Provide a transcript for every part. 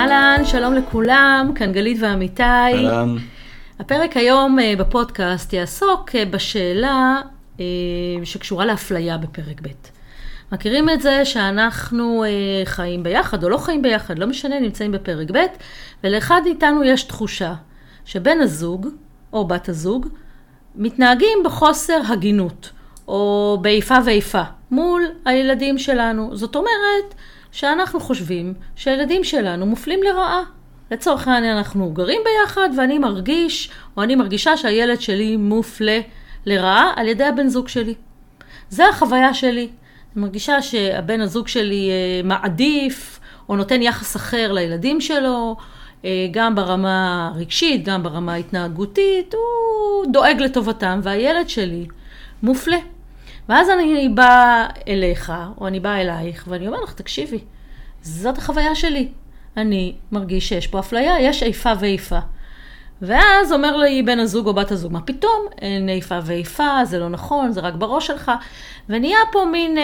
אהלן, שלום לכולם, כאן גלית ועמיתי. אהלן. הפרק היום בפודקאסט יעסוק בשאלה שקשורה לאפליה בפרק ב'. מכירים את זה שאנחנו חיים ביחד או לא חיים ביחד, לא משנה, נמצאים בפרק ב', ולאחד איתנו יש תחושה שבן הזוג או בת הזוג מתנהגים בחוסר הגינות או באיפה ואיפה מול הילדים שלנו. זאת אומרת שאנחנו חושבים שהילדים שלנו מופלים לרעה. לצורך העניין אנחנו גרים ביחד ואני מרגיש או אני מרגישה שהילד שלי מופלה לרעה על ידי הבן זוג שלי. זה החוויה שלי. אני מרגישה שהבן הזוג שלי מעדיף או נותן יחס אחר לילדים שלו, גם ברמה רגשית, גם ברמה התנהגותית, הוא דואג לטובתם והילד שלי מופלה. ואז אני באה אליך או אני באה אלייך ואני אומר לך, תקשיבי, זאת החוויה שלי. אני מרגיש שיש פה אפליה, יש איפה ואיפה. ואז אומר לי בן הזוג או בת הזוג, מה פתאום? אין איפה ואיפה, זה לא נכון, זה רק בראש שלך. ונהיה פה מין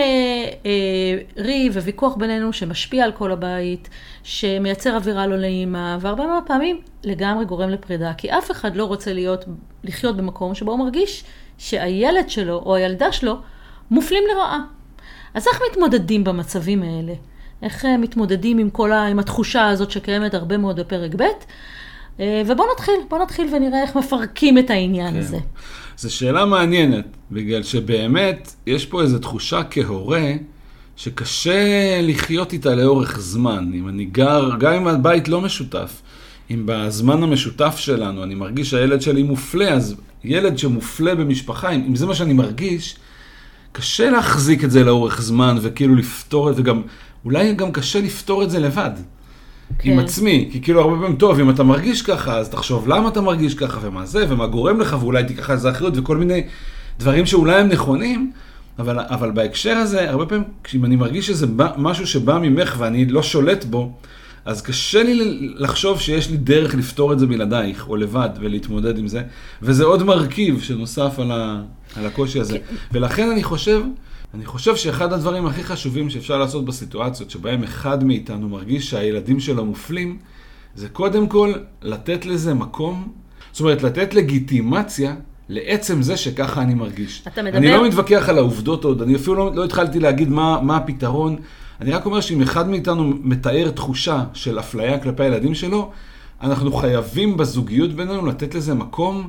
ריב וויכוח בינינו שמשפיע על כל הבית, שמייצר אווירה לא נעימה, והרבה מאוד פעמים לגמרי גורם לפרידה, כי אף אחד לא רוצה לחיות במקום שבו הוא מרגיש שהילד שלו או הילדה שלו מופלים לרעה. אז איך מתמודדים במצבים האלה? איך מתמודדים עם התחושה הזאת שקיימת הרבה מאוד בפרק ב'? ובוא נתחיל ונראה איך מפרקים את העניין הזה. זו שאלה מעניינת, בגלל שבאמת יש פה איזו תחושה כהורה שקשה לחיות איתה לאורך זמן. אם אני גם אם הבית לא משותף, אם בזמן המשותף שלנו אני מרגיש שהילד שלי מופלה, אז ילד שמופלה במשפחה, אם זה מה שאני מרגיש, קשה להחזיק את זה לאורך זמן וכאילו לפתור את זה, וגם אולי גם קשה לפתור את זה לבד. עם עצמי, כי כאילו הרבה פעמים טוב, אם אתה מרגיש ככה, אז תחשוב למה אתה מרגיש ככה ומה זה, ומה גורם לך, ואולי תיקח על זה אחריות, וכל מיני דברים שאולי הם נכונים, אבל בהקשר הזה, הרבה פעמים, כשאם אני מרגיש שזה משהו שבא ממך ואני לא שולט בו, אז קשה לי לחשוב שיש לי דרך לפתור את זה בלעדייך, או לבד, ולהתמודד עם זה, וזה עוד מרכיב שנוסף על הקושי הזה. ולכן אני חושב שאחד הדברים הכי חשובים שאפשר לעשות בסיטואציות שבהם אחד מאיתנו מרגיש שהילדים שלו מופלים, זה קודם כל לתת לזה מקום, זאת אומרת לתת לגיטימציה לעצם זה שככה אני מרגיש. אני לא מתווכח על העובדות עוד, אני אפילו לא התחלתי להגיד מה הפתרון, אני רק אומר שאם אחד מאיתנו מתאר תחושה של אפליה כלפי הילדים שלו, אנחנו חייבים בזוגיות בינינו לתת לזה מקום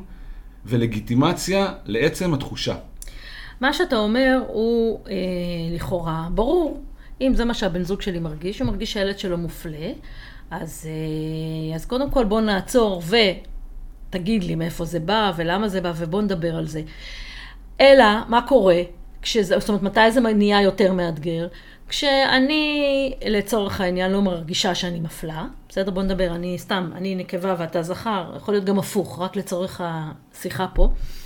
ולגיטימציה לעצם התחושה. מה שאתה אומר הוא לכאורה ברור. אם זה מה שהבן זוג שלי מרגיש, הוא מרגיש שהילד שלו מופלה, אז קודם כל בוא נעצור ותגיד לי מאיפה זה בא ולמה זה בא ובוא נדבר על זה. אלא מה קורה, זאת אומרת מתי זה נהיה יותר מאתגר, כשאני לצורך העניין לא מרגישה שאני מפלה, בסדר, בוא נדבר, אני נקבה ואתה זכר, יכול להיות גם הפוך, רק לצורך השיחה פה.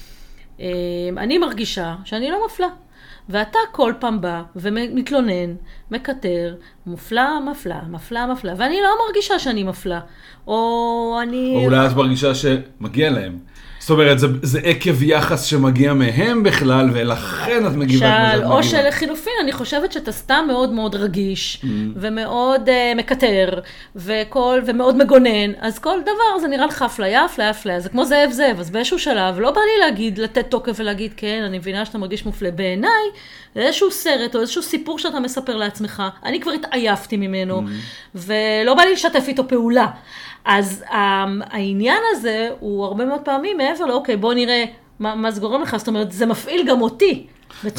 אני מרגישה שאני לא מפלה, ואתה כל פעם בא ומתלונן, מקטר, מופלה, ואני לא מרגישה שאני מפלה, או אולי את מרגישה שמגיע להם. זאת אומרת, זה עקב יחס שמגיע מהם בכלל, ולכן את מגיבה כמו שאת מגיבה. או שלחילופין, אני חושבת שאתה סתם מאוד מאוד רגיש, ומאוד מקטר, ומאוד מגונן, אז כל דבר זה נראה לך אפליה. זה כמו זאב, אז באיזשהו שלב, לא בא לי לתת תוקף ולהגיד, כן, אני מבינה שאתה מרגיש מופלה. בעיניי, איזשהו סרט או איזשהו סיפור שאתה מספר לעצמך, אני כבר התעייפתי ממנו, ולא בא לי לשתף איתו פעולה. אז העניין הזה הוא הרבה מאוד פעמים מעבר אוקיי, בוא נראה מה זה גורם לך, זאת אומרת, זה מפעיל גם אותי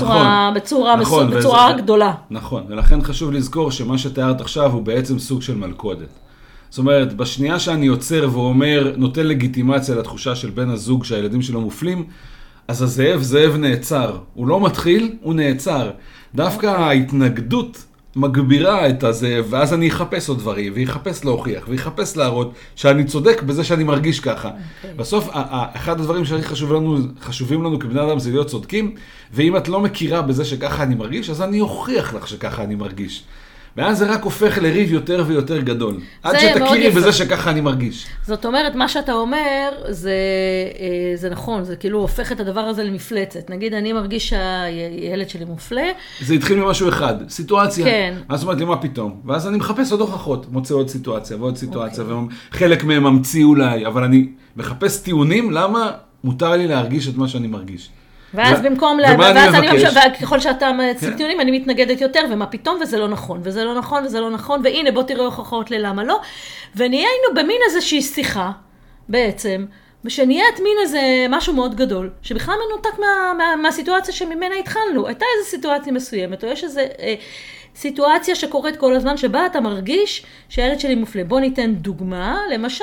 בצורה גדולה. נכון, ולכן חשוב לזכור שמה שתיארת עכשיו הוא בעצם סוג של מלכודת. זאת אומרת, בשנייה שאני יוצר ואומר, נותן לגיטימציה לתחושה של בן הזוג שהילדים שלו מופלים, אז הזאב נעצר. הוא לא מתחיל, הוא נעצר. דווקא ההתנגדות מגבירה את הזה, ואז אני אחפש עוד דברים, ויחפש להוכיח, ויחפש להראות שאני צודק בזה שאני מרגיש ככה. בסוף, אחד הדברים שהכי חשובים לנו כבני אדם זה להיות צודקים, ואם את לא מכירה בזה שככה אני מרגיש, אז אני אוכיח לך שככה אני מרגיש. ואז זה רק הופך לריב יותר ויותר גדול. עד שתכירי בזה שככה אני מרגיש. זאת אומרת, מה שאתה אומר, זה נכון, זה כאילו הופך את הדבר הזה למפלצת. נגיד, אני מרגיש שהילד שלי מופלה. זה התחיל ממשהו אחד, סיטואציה. כן. אז זאת אומרת לי, מה פתאום? ואז אני מחפש עוד הוכחות, מוצא עוד סיטואציה ועוד סיטואציה, וחלק מהם ממציא אולי, אבל אני מחפש טיעונים למה מותר לי להרגיש את מה שאני מרגיש. ואז במקום, וככל שאתה מציג טיעונים, אני מתנגדת יותר, ומה פתאום, וזה לא נכון, וזה לא נכון, וזה לא נכון, והנה בוא תראה הוכחות ללמה לא, ונהיינו במין איזושהי שיחה, בעצם, ושנהיית מין איזה משהו מאוד גדול, שבכלל מנותק מהסיטואציה שממנה התחלנו. הייתה איזו סיטואציה מסוימת, או יש איזו סיטואציה שקורית כל הזמן, שבה אתה מרגיש שהילד שלי מופלה. בוא ניתן דוגמה, למשל,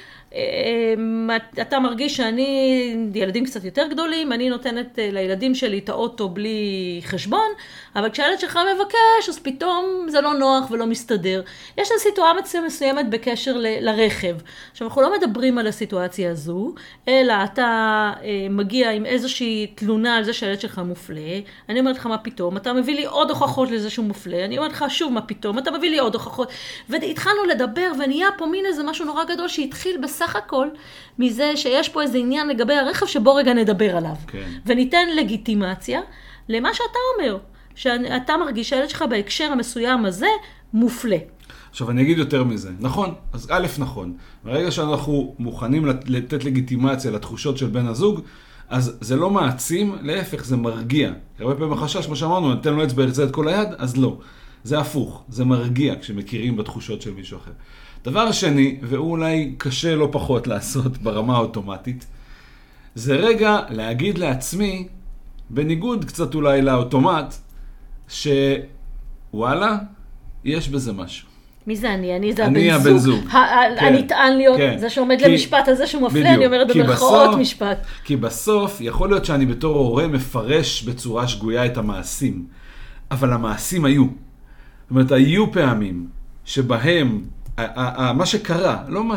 אתה מרגיש שאני, ילדים קצת יותר גדולים, אני נותנת לילדים שלי את האוטו בלי חשבון, אבל כשהילד שלך מבקש, אז פתאום זה לא נוח ולא מסתדר. יש סיטואציה מסוימת בקשר לרכב. עכשיו, אנחנו לא מדברים על הסיטואציה הזו, אלא אתה מגיע עם איזושהי תלונה על זה שהילד שלך מופלה, אני אומרת לך מה פתאום, אתה מביא לי עוד הוכחות לזה שהוא מופלה, אני אומרת לך שוב מה פתאום, אתה מביא לי עוד הוכחות, והתחלנו לדבר ונהיה פה מין איזה משהו נורא גדול שהתחיל בסך הכל מזה שיש פה איזה עניין לגבי הרכב שבו רגע נדבר עליו. כן. וניתן לגיטימציה למה שאתה אומר, שאתה מרגיש שהילד שלך בהקשר המסוים הזה מופלה. עכשיו אני אגיד יותר מזה. נכון, אז א' נכון. ברגע שאנחנו מוכנים לתת לגיטימציה לתחושות של בן הזוג, אז זה לא מעצים, להפך זה מרגיע. הרבה פעמים החשש, כמו שאמרנו, נתן לו אצבע ירצה את כל היד, אז לא. זה הפוך, זה מרגיע כשמכירים בתחושות של מישהו אחר. דבר שני, והוא אולי קשה לא פחות לעשות ברמה האוטומטית, זה רגע להגיד לעצמי, בניגוד קצת אולי לאוטומט, שוואלה, יש בזה משהו. מי זה אני? אני זה הבן זוג. אני טען להיות, זה שעומד למשפט הזה שהוא מפלה, אני אומרת במרכאות משפט. כי בסוף יכול להיות שאני בתור הורה מפרש בצורה שגויה את המעשים, אבל המעשים היו. זאת אומרת, היו פעמים שבהם מה שקרה,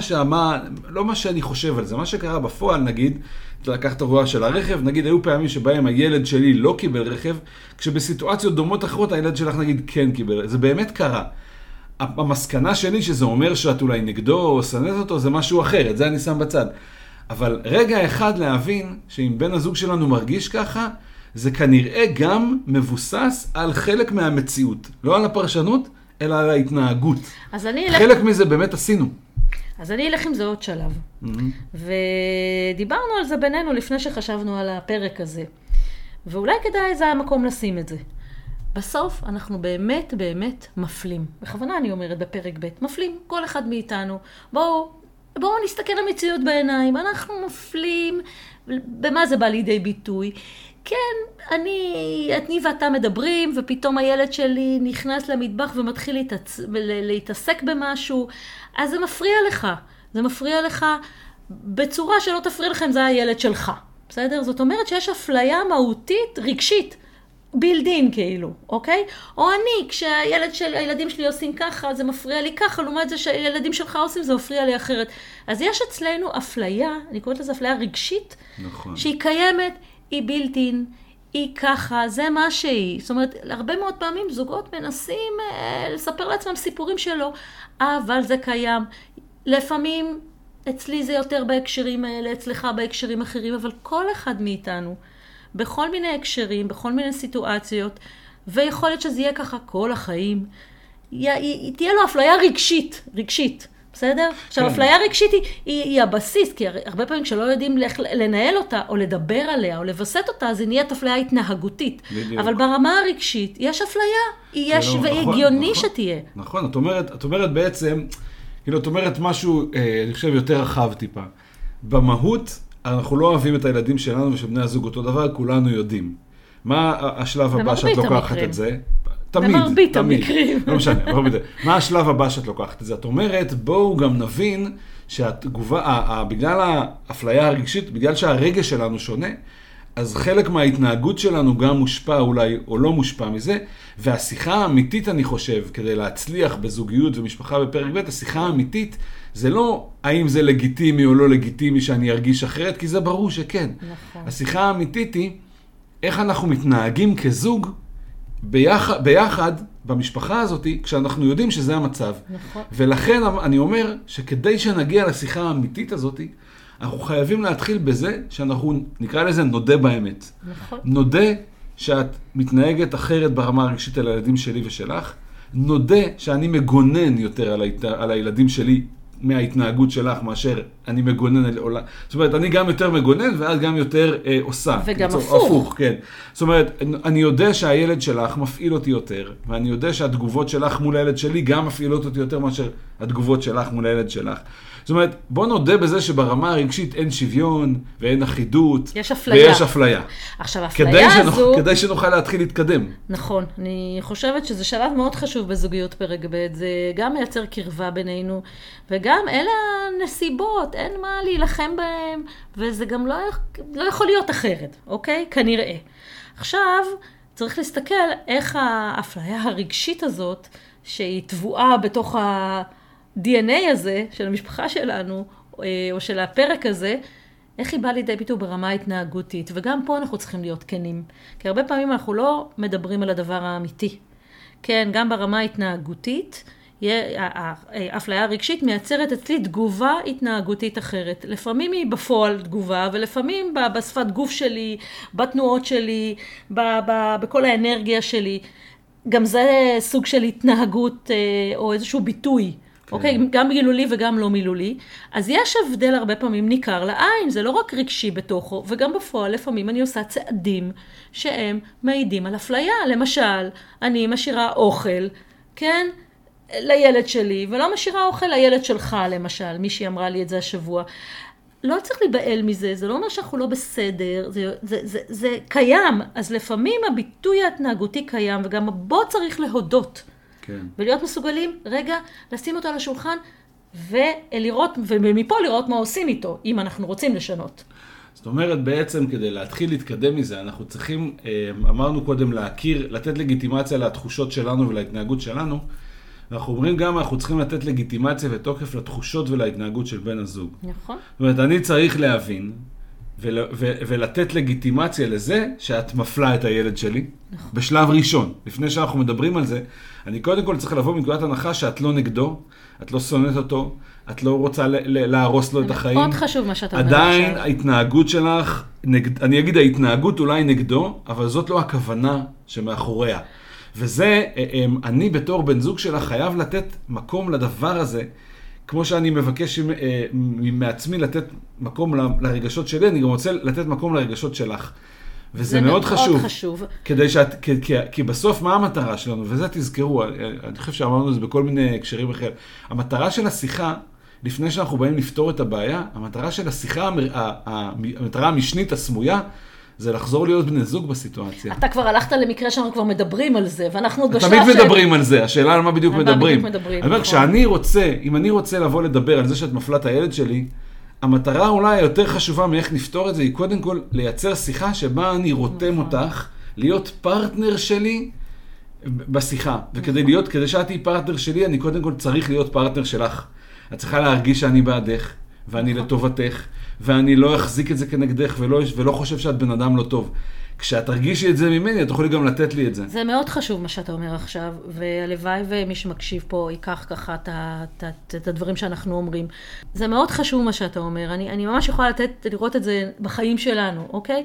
לא מה שאני חושב על זה, מה שקרה בפועל, נגיד, לקחת הרוע של הרכב, נגיד, היו פעמים שבהם הילד שלי לא קיבל רכב, כשבסיטואציות דומות אחרות הילד שלך נגיד כן קיבל, זה באמת קרה. המסקנה שלי שזה אומר שאת אולי נגדו או סנית אותו, זה משהו אחר, את זה אני שם בצד. אבל רגע אחד להבין שאם בן הזוג שלנו מרגיש ככה, זה כנראה גם מבוסס על חלק מהמציאות, לא על הפרשנות, אלא על ההתנהגות. חלק מזה באמת עשינו. אז אני אלך עם זה עוד שלב. ודיברנו על זה בינינו לפני שחשבנו על הפרק הזה. ואולי כדאי זה המקום לשים את זה. בסוף אנחנו באמת באמת מפלים. בכוונה אני אומרת בפרק ב', מפלים כל אחד מאיתנו. בואו נסתכל למציאות בעיניים. אנחנו מפלים. במה זה בא לידי ביטוי? כן, אני ואתה מדברים, ופתאום הילד שלי נכנס למטבח ומתחיל להתעסק במשהו, אז זה מפריע לך. זה מפריע לך בצורה שלא תפריע לך אם זה הילד שלך. בסדר? זאת אומרת שיש אפליה מהותית, רגשית, בילדין כאילו, אוקיי? או אני, כשהילדים שלי עושים ככה, זה מפריע לי ככה, לעומת זה שהילדים שלך עושים, זה מפריע לי אחרת. אז יש אצלנו אפליה, אני קוראת לזה אפליה רגשית, נכון. שהיא קיימת, היא בילדין, היא ככה, זה מה שהיא. זאת אומרת, הרבה מאוד פעמים זוגות מנסים לספר לעצמם סיפורים שלו, אבל זה קיים. לפעמים אצלי זה יותר בהקשרים האלה, אצלך בהקשרים אחרים, אבל כל אחד מאיתנו, בכל מיני הקשרים, בכל מיני סיטואציות, ויכול להיות שזה יהיה ככה כל החיים, תהיה לו אפליה רגשית. בסדר? עכשיו, אפליה רגשית היא הבסיס, כי הרבה פעמים כשלא יודעים לנהל אותה, או לדבר עליה, או לבסט אותה, אז היא נהיית אפליה התנהגותית. אבל ברמה הרגשית, יש אפליה, והגיוני שתהיה. נכון, את אומרת בעצם, כאילו, את אומרת משהו, אני חושב, יותר רחב טיפה. במהות, אנחנו לא אוהבים את הילדים שלנו ושבני הזוג אותו דבר, כולנו יודעים. מה השלב הבא שאת לוקחת את זה? במרבית המקרים. לא משנה, מה השלב הבא שאת לוקחת את זה? את אומרת, בואו גם נבין שהתגובה, בגלל האפליה הרגשית, בגלל שהרגש שלנו שונה, אז חלק מההתנהגות שלנו גם מושפע אולי או לא מושפע מזה, והשיחה האמיתית אני חושב, כדי להצליח בזוגיות ומשפחה בפרק ב', השיחה האמיתית זה לא האם זה לגיטימי או לא לגיטימי שאני ארגיש אחרת, כי זה ברור שכן. נכון. השיחה האמיתית היא איך אנחנו מתנהגים כזוג, ביחד במשפחה הזאת כשאנחנו יודעים שזה המצב. נכון. ולכן אני אומר שכדי שנגיע לשיחה האמיתית הזאת, אנחנו חייבים להתחיל בזה שאנחנו נקרא לזה נודה באמת. נכון. נודה שאת מתנהגת אחרת ברמה הרגשית על הילדים שלי ושלך. נודה שאני מגונן יותר על הילדים שלי מההתנהגות שלך מאשר אני מגונן על עולם. זאת אומרת, אני גם יותר מגונן ואת גם יותר עושה. וגם הפוך. כן. זאת אומרת, אני יודע שהילד שלך מפעיל אותי יותר, ואני יודע שהתגובות שלך מול הילד שלי גם מפעילות אותי יותר מאשר התגובות שלך מול הילד שלך. זאת אומרת, בוא נודה בזה שברמה הרגשית אין שוויון ואין אחידות. יש אפליה. ויש אפליה. עכשיו, האפליה הזו... כדי שנוכל להתחיל להתקדם. נכון. אני חושבת שזה שלב מאוד חשוב בזוגיות פרק ב'. זה גם מייצר קרבה בינינו, וגם אלה הנסיבות, אין מה להילחם בהם, וזה גם לא יכול להיות אחרת, אוקיי? כנראה. עכשיו, צריך להסתכל איך האפליה הרגשית הזאת, שהיא טבועה בתוך ה-DNA הזה של המשפחה שלנו, או של הפרק הזה, איך היא באה לידי ביטוי ברמה ההתנהגותית. וגם פה אנחנו צריכים להיות כנים. כי הרבה פעמים אנחנו לא מדברים על הדבר האמיתי. כן, גם ברמה ההתנהגותית, האפליה הרגשית מייצרת אצלי תגובה התנהגותית אחרת. לפעמים היא בפועל תגובה, ולפעמים בשפת גוף שלי, בתנועות שלי, בכל האנרגיה שלי. גם זה סוג של התנהגות או איזשהו ביטוי. כן. אוקיי? גם מילולי וגם לא מילולי. אז יש הבדל הרבה פעמים ניכר לעין, זה לא רק רגשי בתוכו, וגם בפועל לפעמים אני עושה צעדים שהם מעידים על אפליה. למשל, אני משאירה אוכל, כן? לילד שלי, ולא משאירה אוכל לילד שלך, למשל. מישהי אמרה לי את זה השבוע. לא צריך להיבעל מזה, זה לא אומר שאנחנו לא בסדר, זה קיים. אז לפעמים הביטוי ההתנהגותי קיים, וגם בו צריך להודות. כן. ולהיות מסוגלים, רגע, לשים אותו על השולחן, ולראות, ומפה לראות מה עושים איתו, אם אנחנו רוצים לשנות. זאת אומרת, בעצם כדי להתחיל להתקדם מזה, אנחנו צריכים, אמרנו קודם, לתת לגיטימציה לתחושות שלנו ולהתנהגות שלנו, אנחנו אומרים גם, אנחנו צריכים לתת לגיטימציה ותוקף לתחושות ולהתנהגות של בן הזוג. נכון. זאת אומרת, אני צריך להבין ולתת לגיטימציה לזה שאת מפלה את הילד שלי. נכון. בשלב ראשון. לפני שאנחנו מדברים על זה, אני קודם כל צריך לבוא מנקודת הנחה שאת לא נגדו, את לא שונאת אותו, את לא רוצה להרוס לו את החיים. מאוד חשוב מה שאתה אומר עכשיו. עדיין ההתנהגות שלך, אני אגיד ההתנהגות אולי נגדו, אבל זאת לא הכוונה שמאחוריה. וזה, אני בתור בן זוג שלך חייב לתת מקום לדבר הזה, כמו שאני מבקש מעצמי לתת מקום לרגשות שלי, אני גם רוצה לתת מקום לרגשות שלך. וזה מאוד חשוב. כי בסוף מה המטרה שלנו? וזה תזכרו, אני חושב שאמרנו את זה בכל מיני הקשרים אחרים. המטרה של השיחה, לפני שאנחנו באים לפתור את הבעיה, המטרה של השיחה, המטרה המשנית הסמויה, זה לחזור להיות בני זוג בסיטואציה. אתה כבר הלכת למקרה שאנחנו כבר מדברים על זה, ואנחנו עוד בשלב תמיד מדברים על זה, השאלה על מה בדיוק מדברים. אני אומר, אם אני רוצה לבוא לדבר על זה שאת מפלה את הילד שלי, המטרה אולי היותר חשובה מאיך נפתור את זה, היא קודם כל לייצר שיחה שבה אני רותם אותך, להיות פרטנר שלי בשיחה. וכדי שאת תהיי פרטנר שלי, אני קודם כל צריך להיות פרטנר שלך. את צריכה להרגיש שאני בעדך, ואני לטובתך, ואני לא אחזיק את זה כנגדך, ולא חושב שאת בן אדם לא טוב. כשאת תרגישי את זה ממני, את תוכלי גם לתת לי את זה. זה מאוד חשוב מה שאתה אומר עכשיו, והלוואי ומי שמקשיב פה ייקח ככה את הדברים שאנחנו אומרים. זה מאוד חשוב מה שאתה אומר. אני ממש יכולה לראות את זה בחיים שלנו, אוקיי?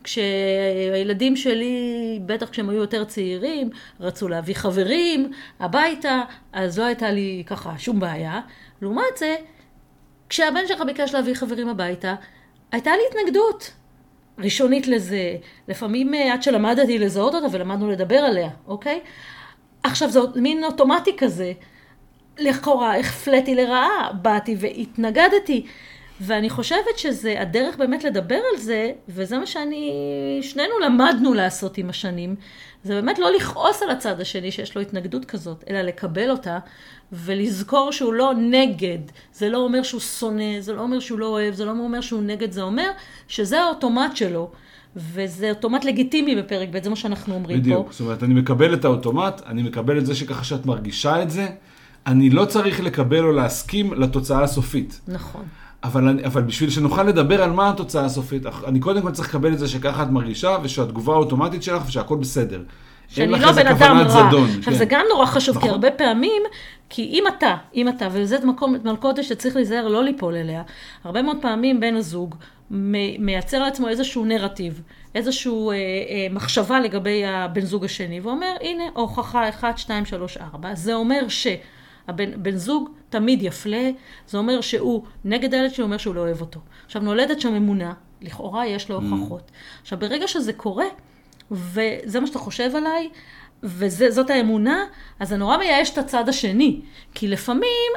כשהילדים שלי, בטח כשהם היו יותר צעירים, רצו להביא חברים הביתה, אז לא הייתה לי ככה שום בעיה. לעומת זה, כשהבן שלך ביקש להביא חברים הביתה, הייתה לי התנגדות ראשונית לזה. לפעמים עד שלמדתי לזהות אותה ולמדנו לדבר עליה, אוקיי? עכשיו זה מין אוטומטי כזה. לכאורה, החפלתי לרעה, באתי והתנגדתי. ואני חושבת שזה הדרך באמת לדבר על זה, וזה מה שנינו למדנו לעשות עם השנים, זה באמת לא לכעוס על הצד השני שיש לו התנגדות כזאת, אלא לקבל אותה, ולזכור שהוא לא נגד. זה לא אומר שהוא שונא, זה לא אומר שהוא לא אוהב, זה לא אומר שהוא נגד, זה אומר שזה האוטומט שלו, וזה אוטומט לגיטימי בפרק ב', זה מה שאנחנו אומרים פה. בדיוק, זאת אומרת, אני מקבל את האוטומט, אני מקבל את זה שככה שאת מרגישה את זה, אני לא צריך לקבל או להסכים לתוצאה הסופית. נכון. אבל בשביל שנוכל לדבר על מה התוצאה הסופית, אני קודם כל צריך לקבל את זה שככה את מרגישה, ושהתגובה האוטומטית שלך ושהכל בסדר. שאני לא בן אדם רע. עכשיו, כן. זה גם נורא חשוב, נכון. כי הרבה פעמים, כי אם אתה, וזה מלכודת שצריך להיזהר לא ליפול אליה, הרבה מאוד פעמים בן הזוג מייצר לעצמו איזשהו נרטיב, איזשהו מחשבה לגבי הבן זוג השני, ואומר, הנה, הוכחה 1, 2, 3, 4, זה אומר בן זוג תמיד יפלה, זה אומר שהוא נגד הילד שהוא אומר שהוא לא אוהב אותו. עכשיו נולדת שם אמונה, לכאורה יש לו הוכחות. עכשיו ברגע שזה קורה, וזה מה שאתה חושב עליי, וזאת האמונה, אז זה נורא מייאש את הצד השני. כי לפעמים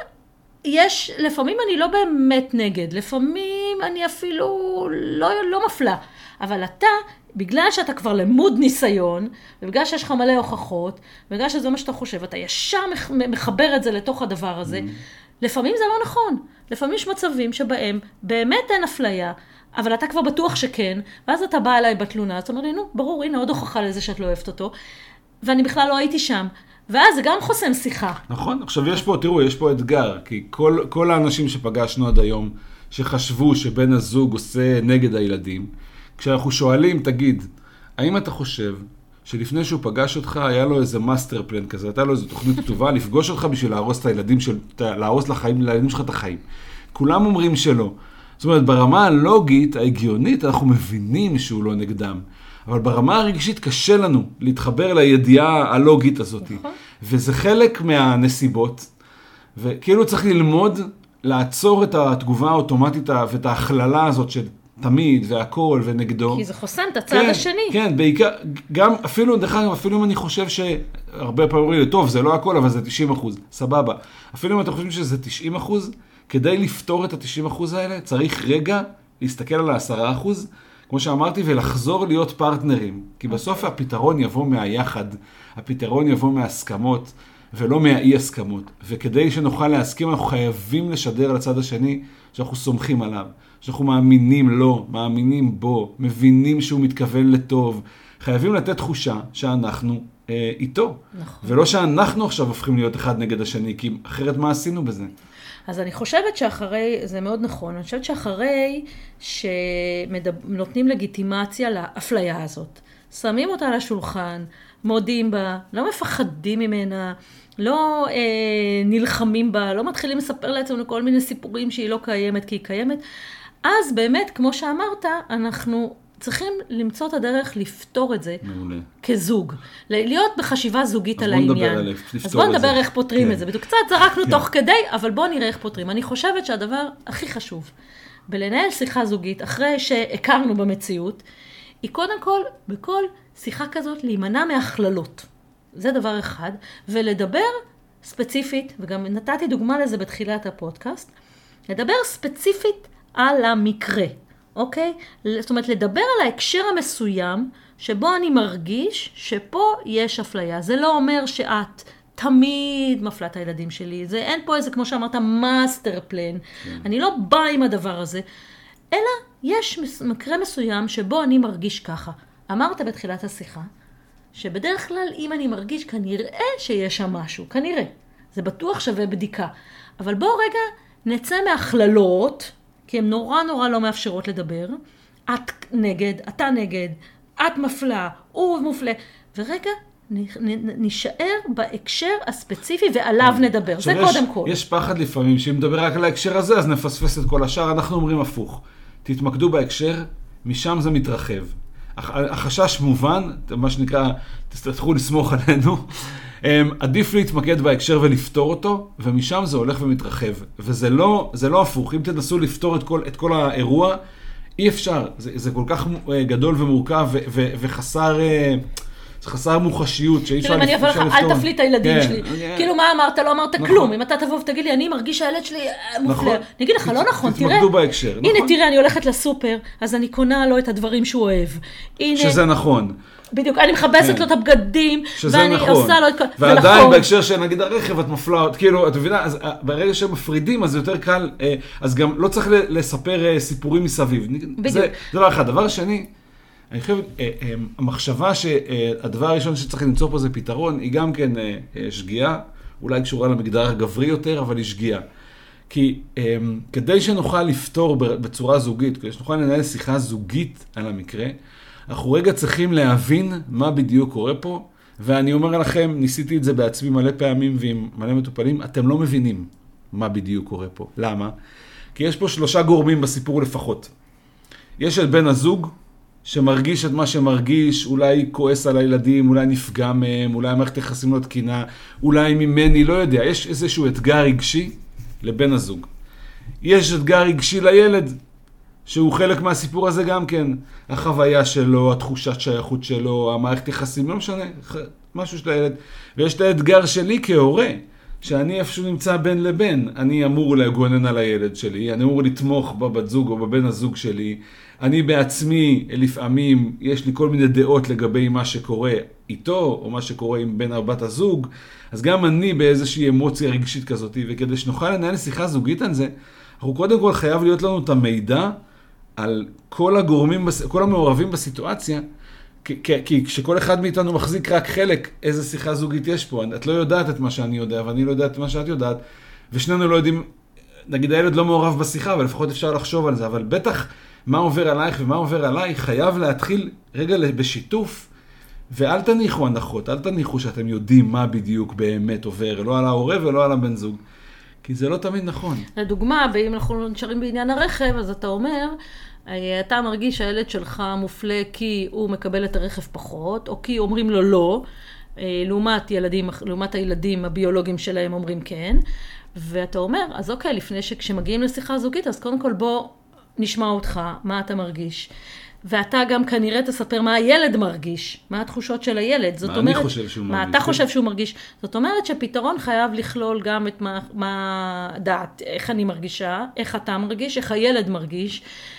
אני לא באמת נגד, לפעמים אני אפילו לא מפלה. אבל אתה, בגלל שאתה כבר למוד ניסיון, ובגלל שיש לך מלא הוכחות, ובגלל שזה מה שאתה חושב, אתה ישר מחבר את זה לתוך הדבר הזה, לפעמים זה לא נכון. לפעמים יש מצבים שבהם באמת אין אפליה, אבל אתה כבר בטוח שכן, ואז אתה בא אליי בתלונה, זאת אומרת לי, נו, ברור, הנה עוד הוכחה לזה שאת לא אוהבת אותו, ואני בכלל לא הייתי שם. ואז זה גם חוסם שיחה. נכון, עכשיו יש פה אתגר, כי כל האנשים שפגשנו עד היום, שחשבו שבן הזוג עושה נגד הילדים, כשאנחנו שואלים, תגיד, האם אתה חושב שלפני שהוא פגש אותך, היה לו איזה מאסטר פלן כזה, הייתה לו איזו תוכנית כתובה, לפגוש אותך בשביל להרוס לילדים שלך את החיים. כולם אומרים שלא. זאת אומרת, ברמה הלוגית, ההגיונית, אנחנו מבינים שהוא לא נגדם. אבל ברמה הרגשית קשה לנו להתחבר לידיעה הלוגית הזאת. וזה חלק מהנסיבות, וכאילו צריך ללמוד לעצור את התגובה האוטומטית ואת ההכללה הזאת של תמיד והכל ונגדו. כי זה חוסם את הצד השני. כן, בעיקר, גם אפילו, דרך אגב, אפילו אם אני חושב שהרבה פעמים אומרים לי, טוב, זה לא הכל, אבל זה 90%, סבבה. אפילו אם אתם חושבים שזה 90%, כדי לפתור את ה-90% האלה, צריך רגע להסתכל על ה-10%, כמו שאמרתי, ולחזור להיות פרטנרים. כי בסוף הפתרון יבוא מהיחד, הפתרון יבוא מההסכמות, ולא מהאי הסכמות. וכדי שנוכל להסכים, אנחנו חייבים לשדר לצד השני שאנחנו סומכים עליו, שאנחנו מאמינים לו, מאמינים בו, מבינים שהוא מתכוון לטוב. חייבים לתת תחושה שאנחנו איתו. נכון. ולא שאנחנו עכשיו הופכים להיות אחד נגד השני, כי אחרת מה עשינו בזה? אז אני חושבת שאחרי, זה מאוד נכון, אני חושבת שאחרי שנותנים לגיטימציה לאפליה הזאת, שמים אותה על השולחן, מודים בה, לא מפחדים ממנה, לא נלחמים בה, לא מתחילים לספר לעצמנו כל מיני סיפורים שהיא לא קיימת, כי היא קיימת, אז באמת, כמו שאמרת, אנחנו צריכים למצוא את הדרך לפתור את זה כזוג. להיות בחשיבה זוגית על העניין. אז בוא נדבר איך פותרים את זה. בדיוק קצת זרקנו תוך כדי, אבל בוא נראה איך פותרים. אני חושבת שהדבר הכי חשוב בלנהל שיחה זוגית, אחרי שהכרנו במציאות, היא קודם כל, בכל שיחה כזאת, להימנע מהכללות. זה דבר אחד. ולדבר ספציפית, וגם נתתי דוגמה לזה בתחילת הפודקאסט, לדבר ספציפית על המקרה. אוקיי? זאת אומרת, לדבר על ההקשר המסוים שבו אני מרגיש שפה יש אפליה. זה לא אומר שאת תמיד מפלה את הילדים שלי. אין פה איזה, כמו שאמרת, מאסטר פלן. אני לא באה עם הדבר הזה. אלא יש מקרה מסוים שבו אני מרגיש ככה. אמרת בתחילת השיחה, שבדרך כלל אם אני מרגיש כנראה שיש שם משהו. כנראה. זה בטוח שווה בדיקה. אבל בואו רגע נצא מהכללות, כי הן נורא לא מאפשרות לדבר. את נגד, אתה נגד, את מפלה, הוא מופלה. ורגע, נשאר בהקשר הספציפי ועליו נדבר. זה קודם כל. יש פחד לפעמים, שאם נדבר רק על ההקשר הזה, אז נפספס את כל השאר. אנחנו אומרים הפוך. תתמקדו בהקשר, משם זה מתרחב. החשש מובן, מה שנקרא, תצטרכו לסמוך עלינו. עדיף להתמקד בהקשר ולפתור אותו, ומשם זה הולך ומתרחב. וזה לא הפוך. אם תנסו לפתור את כל האירוע, אי אפשר. זה כל כך גדול ומורכב וחסר מוחשיות, שאי אפשר לפתור. אני אבוא לך, אל תפלי את הילדים שלי. כאילו מה אמרת? לא אמרת כלום. אם אתה תבוא ותגיד לי, אני מרגיש שהילד שלי מופלה. אני אגיד לך, לא נכון, תראה. תתמקדו בהקשר. הנה, תראה, אני הולכת לסופר, אז אני קונה לו את הדברים שהוא אוהב. שזה נכון. בדיוק, אני מחבסת לו את הבגדים, ואני עושה לו את כל... ועדיין בהקשר של נגיד הרכב, את מפלה, כאילו, את מבינה, אז ברגע שהם מפרידים, אז זה יותר קל, אז גם לא צריך לספר סיפורים מסביב. בדיוק. זה דבר אחד. דבר שני, אני חושב, המחשבה שהדבר הראשון שצריך למצוא פה זה פתרון, היא גם כן שגיאה, אולי קשורה למגדר הגברי יותר, אבל היא שגיאה. כי כדי שנוכל לפתור בצורה זוגית, כדי שנוכל לנהל שיחה זוגית על המקרה, אנחנו רגע צריכים להבין מה בדיוק קורה פה, ואני אומר לכם, ניסיתי את זה בעצמי מלא פעמים ועם מלא מטופלים, אתם לא מבינים מה בדיוק קורה פה. למה? כי יש פה 3 גורמים בסיפור לפחות. יש את בן הזוג, שמרגיש את מה שמרגיש, אולי כועס על הילדים, אולי נפגע מהם, אולי המערכת יחסים לא תקינה, אולי ממני, לא יודע. יש איזשהו אתגר רגשי לבן הזוג. יש אתגר רגשי לילד, שהוא חלק מהסיפור הזה גם כן. החוויה שלו, התחושת שייכות שלו, המערכת יחסים, לא משנה, משהו של הילד. ויש את האתגר שלי כהורה, שאני איפשהו נמצא בין לבין. אני אמור לגונן על הילד שלי, אני אמור לתמוך בבת זוג או בבן הזוג שלי. אני בעצמי, לפעמים, יש לי כל מיני דעות לגבי מה שקורה איתו, או מה שקורה עם בן בת הזוג. אז גם אני באיזושהי אמוציה רגשית כזאת, וכדי שנוכל לנהל שיחה זוגית על זה, אנחנו קודם כל חייב להיות לנו את המידע על כל הגורמים, כל המעורבים בסיטואציה, כי כשכל אחד מאיתנו מחזיק רק חלק, איזה שיחה זוגית יש פה. את לא יודעת את מה שאני יודע, ואני לא יודעת את מה שאת יודעת, ושנינו לא יודעים, נגיד הילד לא מעורב בשיחה, אבל לפחות אפשר לחשוב על זה, אבל בטח מה עובר עלייך ומה עובר עליי, חייב להתחיל רגע בשיתוף, ואל תניחו הנחות, אל תניחו שאתם יודעים מה בדיוק באמת עובר, לא על ההורה ולא על הבן זוג, כי זה לא תמיד נכון. לדוגמה, אם אנחנו נשארים בעניין הרכב, אז אתה אומר, אתה מרגיש שהילד שלך מופלה כי הוא מקבל את הרכב פחות, או כי אומרים לו לא, לעומת הילדים הביולוגיים שלהם אומרים כן, ואתה אומר, אז אוקיי, לפני שכשמגיעים לשיחה זוגית, אז קודם כל בוא נשמע אותך, מה אתה מרגיש. ואתה גם כנראה תספר מה הילד מרגיש, מה התחושות של הילד. מה אני חושב שהוא מרגיש. מה אתה חושב שהוא מרגיש. זאת אומרת שפתרון חייב לכלול גם את מה דעת, איך אני מרגישה, איך אתה מרגיש, איך הילד מרגיש,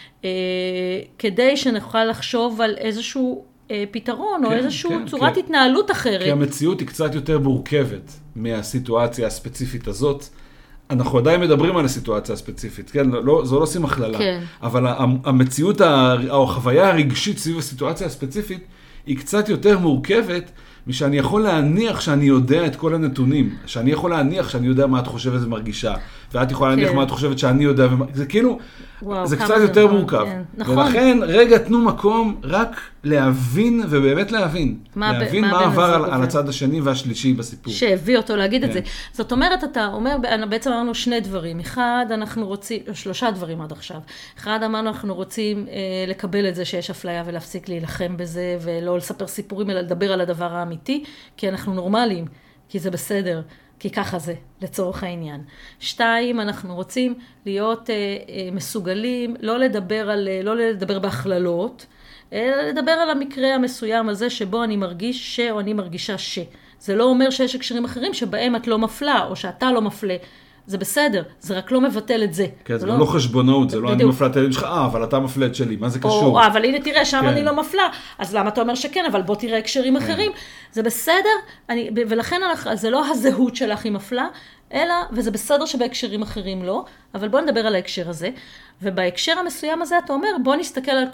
כדי שנוכל לחשוב על איזשהו פתרון, או איזשהו צורת התנהלות אחרת. כי המציאות היא קצת יותר מורכבת מהסיטואציה הספציפית הזאת. אנחנו עדיין מדברים על הסיטואציה הספציפית, כן? זו לא שים הכללה. כן. אבל המציאות, או החוויה הרגשית סביב הסיטואציה הספציפית, היא קצת יותר מורכבת, משאני יכול להניח שאני יודע את כל הנתונים, שאני יכול להניח שאני יודע מה את חושבת ומרגישה, ואת יכולה להניח מה את חושבת שאני יודע, זה כאילו, זה קצת יותר מורכב. ולכן, רגע, תנו מקום רק להבין, ובאמת להבין. להבין מה עבר על הצד השני והשלישי בסיפור. שהביא אותו להגיד את זה. זאת אומרת, אתה אומר, בעצם אמרנו 2 דברים. אחד, אנחנו רוצים, 3 דברים עד עכשיו. אחד, אמרנו, אנחנו רוצים לקבל את זה שיש אפליה ולהפסיק להילחם בזה, ולא לספר סיפורים, אלא לדבר על הדבר האמיתי, כי אנחנו נורמליים, כי זה בסדר. כי ככה זה, לצורך העניין. 2, אנחנו רוצים להיות מסוגלים, לא לדבר בהכללות, אלא לדבר על המקרה המסוים הזה שבו אני מרגיש או אני מרגישה זה לא אומר שיש הקשרים אחרים שבהם את לא מפלה, או שאתה לא מפלה. זה בסדר, זה רק לא מבטל את זה. כן, זה לא חשבונות, זה לא אני מפלה את הילד שלך, אבל אתה מפלה את שלי, מה זה קשור? אבל הנה תראה, שם אני לא מפלה, אז למה אתה אומר שכן, אבל בוא תראה הקשרים אחרים. זה בסדר, ולכן זה לא הזהות שלך היא מפלה, אלא, וזה בסדר שבהקשרים אחרים לא, אבל בוא נדבר על ההקשר הזה, ובהקשר המסוים הזה אתה אומר, בוא נסתכל על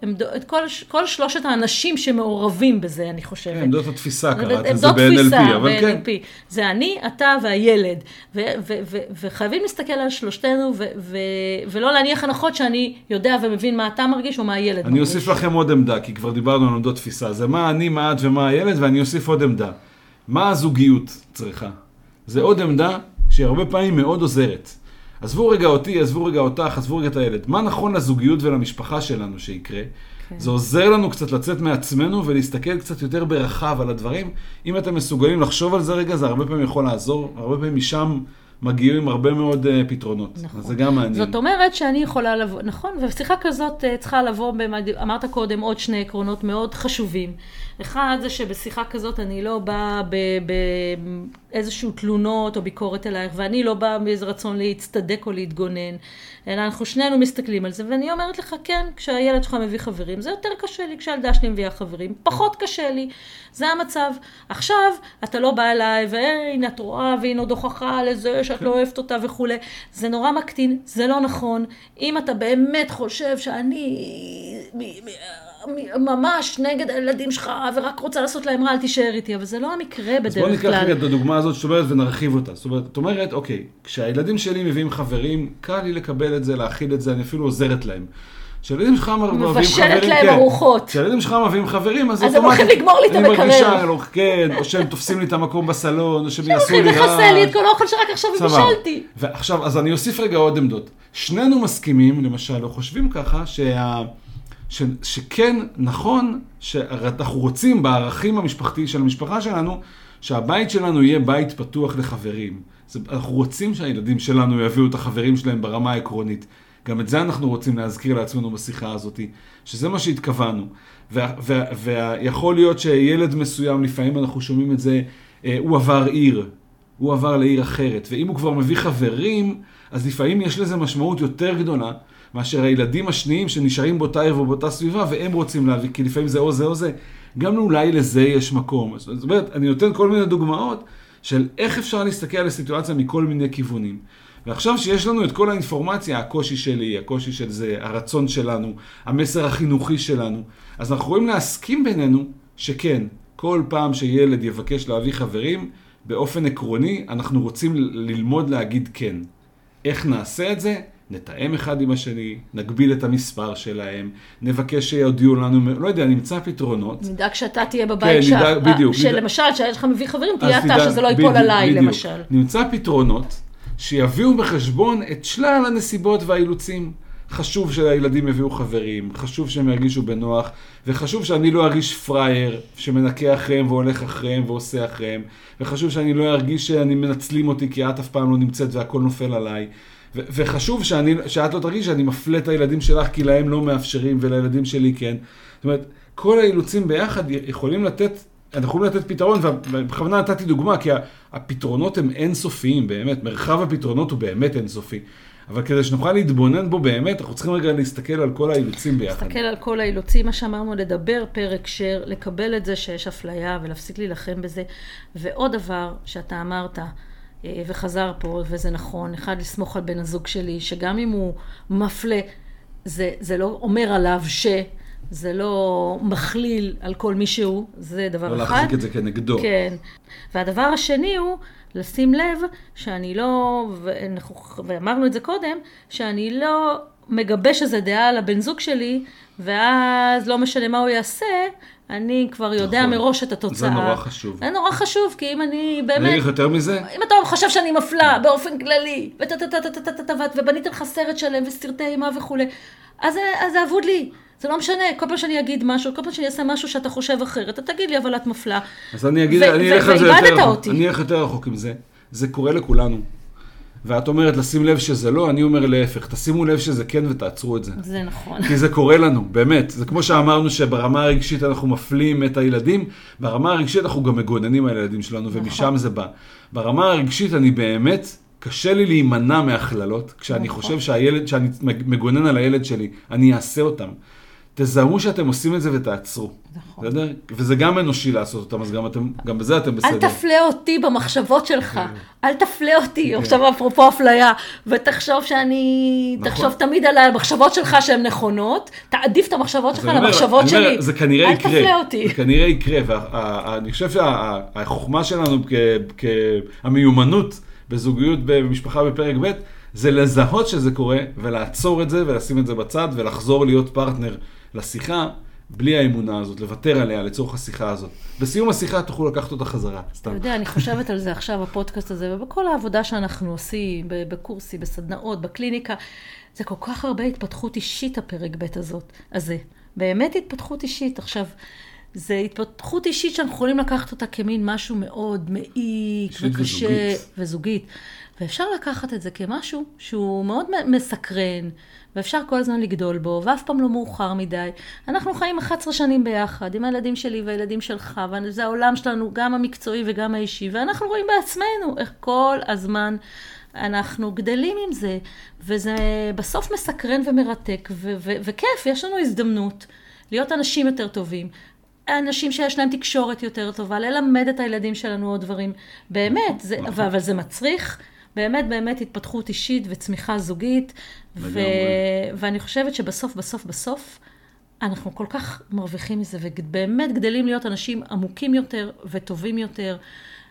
כל 3 האנשים שמעורבים בזה, אני חושבת. עמדות התפיסה, קראת את זה ב-NLP, אבל כן. זה אני, אתה והילד, וחייבים להסתכל על 3 ולא להניח הנחות שאני יודע ומבין מה אתה מרגיש או מה הילד מרגיש. אני אוסיף לכם עוד עמדה, כי כבר דיברנו על עמדות תפיסה, זה מה אני, מה את ומה הילד, ואני אוסיף עוד עמדה. מה הזוגיות צריכה? זה עוד עמדה שהיא הרבה פעמים מאוד עוזרת. עזבו רגע אותי, עזבו רגע אותך, עזבו רגע את הילד. מה נכון לזוגיות ולמשפחה שלנו שיקרה? כן. זה עוזר לנו קצת לצאת מעצמנו ולהסתכל קצת יותר ברחב על הדברים. אם אתם מסוגלים לחשוב על זה רגע, זה הרבה פעמים יכול לעזור. הרבה פעמים משם מגיעים הרבה מאוד פתרונות. נכון. אז זה גם מעניין. זאת אומרת שאני יכולה לבוא, נכון? ושיחה כזאת צריכה לבוא, אמרת קודם, עוד 2 עקרונות מאוד חשובים. אחד זה שבשיחה כזאת אני לא באה באיזשהו תלונות או ביקורת אלייך, ואני לא באה באיזה רצון להצטדק או להתגונן, אלא אנחנו שנינו מסתכלים על זה, ואני אומרת לך, כן, כשהילד שלך מביא חברים, זה יותר קשה לי, כשהילדה שלי מביאה חברים, פחות קשה לי, זה המצב. עכשיו, אתה לא בא אליי, והנה את רואה, והנה עוד הוכחה לזה שאת לא אוהבת אותה וכו'. זה נורא מקטין, זה לא נכון. אם אתה באמת חושב שאני ממש נגד הילדים שלך, ורק רוצה לעשות להם רע, אל תישאר איתי, אבל זה לא המקרה בדרך כלל. אז בוא ניקח את הדוגמה הזאת שאת אומרת ונרחיב אותה. זאת אומרת, אוקיי, כשהילדים שלי מביאים חברים, קל לי לקבל את זה, להכיל את זה, אני אפילו עוזרת להם. כשילדים שלך מביאים חברים, מבשלת להם ארוחות. כשילדים שלך מביאים חברים, אז הם הולכים לגמור לי את המקרר. אני מרגישה, כן, או שהם תופסים לי את המקום בסלון, או שהם יעשו לי לחסל לי את כל האוכל שרק עכשיו מבשלתי. ועכשיו, אז אני אוסיף רגע עוד עמדות. שנינו מסכימים, למשל, או חושבים ככה, שכן נכון, שאנחנו רוצים בערכים המשפחתי של המשפחה שלנו, שהבית שלנו יהיה בית פתוח לחברים. אנחנו רוצים שהילדים שלנו יביאו את החברים שלהם ברמה העקרונית. גם את זה אנחנו רוצים להזכיר לעצמנו בשיחה הזאת, שזה מה שהתכוונו. ויכול להיות שילד מסוים, לפעמים אנחנו שומעים את זה, הוא עבר עיר, הוא עבר לעיר אחרת. ואם הוא כבר מביא חברים, אז לפעמים יש לזה משמעות יותר גדולה, מאשר הילדים השניים שנשארים באותה עיר ובאותה סביבה, והם רוצים להביא, כי לפעמים זה או זה או זה. גם אולי לזה יש מקום. זאת אומרת, אני נותן כל מיני דוגמאות של איך אפשר להסתכל על הסיטואציה מכל מיני כיוונים. ועכשיו שיש לנו את כל האינפורמציה, הקושי שלי, הקושי של זה, הרצון שלנו, המסר החינוכי שלנו, אז אנחנו יכולים להסכים בינינו שכן, כל פעם שילד יבקש להביא חברים, באופן עקרוני, אנחנו רוצים ללמוד להגיד כן. איך נעשה את זה? נתאם אחד עם השני, נגביל את המספר שלהם, נבקש שיודיעו לנו, לא יודע, נמצא פתרונות. נדאג שאתה תהיה בבית שלמשל, שיש לך מביא חברים, תהיה אתה שזה לא ייפול עליי, למשל. נמצא פתרונות שיביאו בחשבון את שלל הנסיבות והאילוצים. חשוב שהילדים יביאו חברים, חשוב שהם ירגישו בנוח, וחשוב שאני לא ארגיש פרייר שמנקה אחריהם והולך אחריהם ועושה אחריהם, וחשוב שאני לא ארגיש שאני מנצלים אותי כי את אף פעם לא נמצאת והכל נופל עליי. וחשוב שאת לא תרגיש שאני מפלה את הילדים שלך כי להם לא מאפשרים ולילדים שלי כן. זאת אומרת, כל האילוצים ביחד יכולים לתת, אנחנו יכולים לתת פתרון, ובכוונה נתתי דוגמה, כי הפתרונות הם אינסופיים, באמת, מרחב הפתרונות הוא באמת אינסופי. אבל כדי שנוכל להתבונן בו באמת, אנחנו צריכים רגע להסתכל על כל האילוצים ביחד. להסתכל על כל האילוצים, מה שאמרנו, לדבר פרק שר, לקבל את זה שיש אפליה ולהפסיק להילחם בזה. ועוד דבר שאתה אמרת, וחזר פה, וזה נכון, אחד לסמוך על בן הזוג שלי, שגם אם הוא מפלה, זה לא אומר עליו זה לא מכליל על כל מישהו, זה דבר אחד. לא להחזיק את זה כנגדו. כן. והדבר השני הוא לשים לב שאני לא, ואמרנו את זה קודם, שאני לא מגבש איזה דעה על הבן זוג שלי, ואז לא משנה מה הוא יעשה, אני כבר יודע מראש את התוצאה. זה נורא חשוב. זה נורא חשוב, כי אם אני באמת... אני אגיד יותר מזה? אם אתה חושב שאני מפלה באופן כללי, ובנית לך סרט שלם וסרטי אימה וכו', אז זה עבוד לי. זה לא משנה, כל פעם שאני אגיד משהו, כל פעם שאני אעשה משהו שאתה חושב אחרת, אתה תגיד לי, אבל את מפלה. אז אני אגיד, אני אלך יותר רחוק עם זה. זה קורה לכולנו. ואת אומרת לשים לב שזה לא, אני אומר להפך, תשימו לב שזה כן ותעצרו את זה. זה נכון. כי זה קורה לנו, באמת. זה כמו שאמרנו שברמה הרגשית אנחנו מפלים את הילדים, ברמה הרגשית אנחנו גם מגוננים על הילדים שלנו, ומשם זה בא. ברמה הרגשית אני באמת, קשה לי להימנע מהכללות, כשאני חושב שאני מגונן על הילד שלי, אני אעשה אותם. תזהמו שאתם עושים את זה ותעצרו. נכון. וזה גם אנושי לעשות אותם, אז גם בזה אתם בסדר. אל תפלה אותי במחשבות שלך. אל תפלה אותי, עכשיו אפרופו אפליה, ותחשוב תחשוב תמיד על המחשבות שלך שהן נכונות, תעדיף את המחשבות שלך למחשבות שלי. זה כנראה יקרה. אל תפלה אותי. זה כנראה יקרה, ואני חושב שהחוכמה שלנו המיומנות בזוגיות במשפחה בפרק ב' זה לזהות שזה קורה, ולעצור את זה, ולשים את זה בצד, ולחזור להיות פרטנר לשיחה, בלי האמונה הזאת, לוותר עליה לצורך השיחה הזאת. בסיום השיחה תוכלו לקחת אותה חזרה, סתם. אתה יודע, אני חושבת על זה עכשיו, בפודקאסט הזה, ובכל העבודה שאנחנו עושים, בקורסי, בסדנאות, בקליניקה, זה כל כך הרבה התפתחות אישית, הפרק ב' הזה. באמת התפתחות אישית. עכשיו, זה התפתחות אישית שאנחנו יכולים לקחת אותה כמין משהו מאוד מעיק וקשה וזוגית. ואפשר לקחת את זה כמשהו שהוא מאוד מסקרן, ואפשר כל הזמן לגדול בו, ואף פעם לא מאוחר מדי. אנחנו חיים 11 שנים ביחד, עם הילדים שלי והילדים שלך, וזה העולם שלנו, גם המקצועי וגם האישי, ואנחנו רואים בעצמנו איך כל הזמן אנחנו גדלים עם זה, וזה בסוף מסקרן ומרתק, וכיף, יש לנו הזדמנות להיות אנשים יותר טובים, אנשים שיש להם תקשורת יותר טובה, ללמד את הילדים שלנו עוד דברים. באמת, אבל זה מצריך באמת התפתחות אישית וצמיחה זוגית, ואני חושבת שבסוף אנחנו כל כך מרוויחים מזה, ובאמת גדלים להיות אנשים עמוקים יותר וטובים יותר,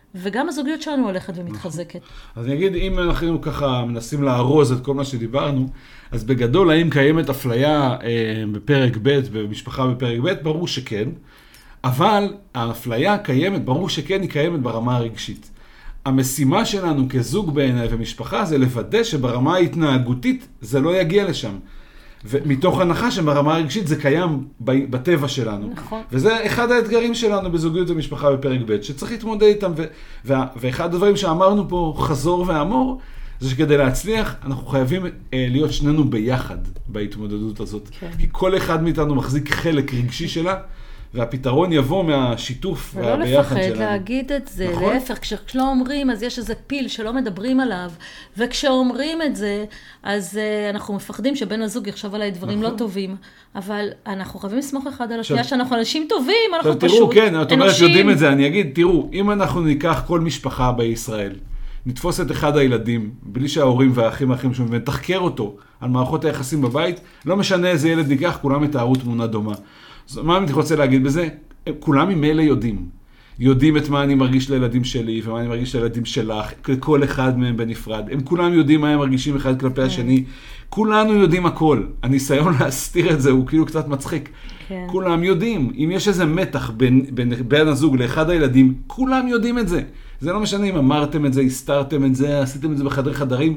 וגם הזוגיות שלנו הולכת ומתחזקת. אז אני אגיד, אם אנחנו ככה מנסים לארוז את כל מה שדיברנו, אז בגדול, האם קיימת אפליה בפרק ב' במשפחה בפרק ב'? ברור שכן. אבל האפליה קיימת, ברור שכן, היא קיימת ברמה הרגשית. המשימה שלנו כזוג בעיניי ומשפחה זה לוודא שברמה ההתנהגותית זה לא יגיע לשם. ומתוך הנחה שברמה הרגשית זה קיים בטבע שלנו. נכון. וזה אחד האתגרים שלנו בזוגיות ומשפחה בפרק ב' שצריך להתמודד איתם. ואחד הדברים שאמרנו פה חזור ואמור, זה שכדי להצליח אנחנו חייבים להיות שנינו ביחד בהתמודדות הזאת. כן. כי כל אחד מאיתנו מחזיק חלק רגשי שלה, והפתרון יבוא מהשיתוף והביחד שלנו. ולא לפחד להגיד את זה, נכון? להפך, כשלא אומרים, אז יש איזה פיל שלא מדברים עליו, וכשאומרים את זה, אז אנחנו מפחדים שבן הזוג יחשב עליי דברים נכון. לא טובים, אבל אנחנו חייבים לסמוך אחד על השנייה שאנחנו אנשים טובים, אנחנו פשוט תראו, כן, את אומרת, יודעים את זה, אני אגיד, תראו, אם אנחנו ניקח כל משפחה בישראל, נתפוס את אחד הילדים, בלי שההורים והאחים שומעים, ותחקר אותו על מערכות היחסים בבית, לא משנה איזה ילד ניקח, כולם יתארו תמונה דומה. מה אני רוצה להגיד בזה? כולם ממילא יודעים את מה אני מרגיש לילדים שלי, ומה אני מרגיש לילדים שלך, כל אחד מהם בנפרד. הם כולם יודעים מה הם מרגישים אחד כלפי השני. כולנו יודעים הכל. הניסיון להסתיר את זה הוא כאילו קצת מצחיק. כן. כולם יודעים. אם יש איזה מתח בין הזוג לאחד הילדים, כולם יודעים את זה. זה לא משנה אם אמרתם את זה, הסתרתם את זה, עשיתם את זה בחדרי חדרים.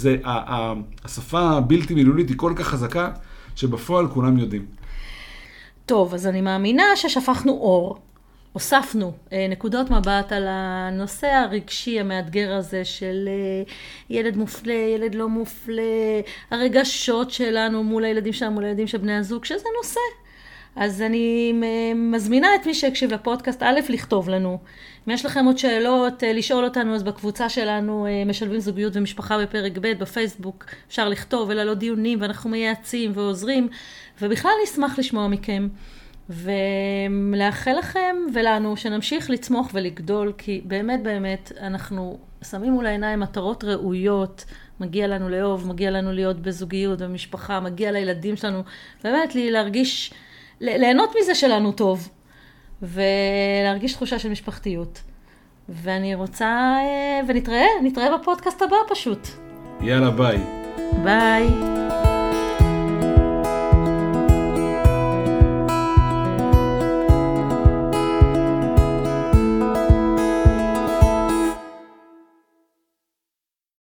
השפה הבלתי מילולית היא כל כך חזקה, שבפועל כולם יודעים. טוב, אז אני מאמינה ששפכנו אור, הוספנו נקודות מבט על הנושא הרגשי המאתגר הזה של ילד מופלה, ילד לא מופלה, הרגשות שלנו מול הילדים שלנו, מול הילדים של בני הזוג, שזה נושא. אז אני מזמינה את מי שהקשיב לפודקאסט, א', לכתוב לנו. אם יש לכם עוד שאלות, לשאול אותנו, אז בקבוצה שלנו משלבים זוגיות ומשפחה בפרק ב' בפייסבוק, אפשר לכתוב ולעלות דיונים, ואנחנו מייעצים ועוזרים, ובכלל נשמח לשמוע מכם, ולאחל לכם ולנו שנמשיך לצמוח ולגדול, כי באמת באמת אנחנו שמים מול העיניים מטרות ראויות, מגיע לנו לאהוב, מגיע לנו להיות בזוגיות ומשפחה, מגיע לילדים שלנו, באמת להרגיש, ליהנות מזה שלנו טוב, ולהרגיש תחושה של משפחתיות. ואני רוצה, ונתראה בפודקאסט הבא פשוט. יאללה, ביי. ביי.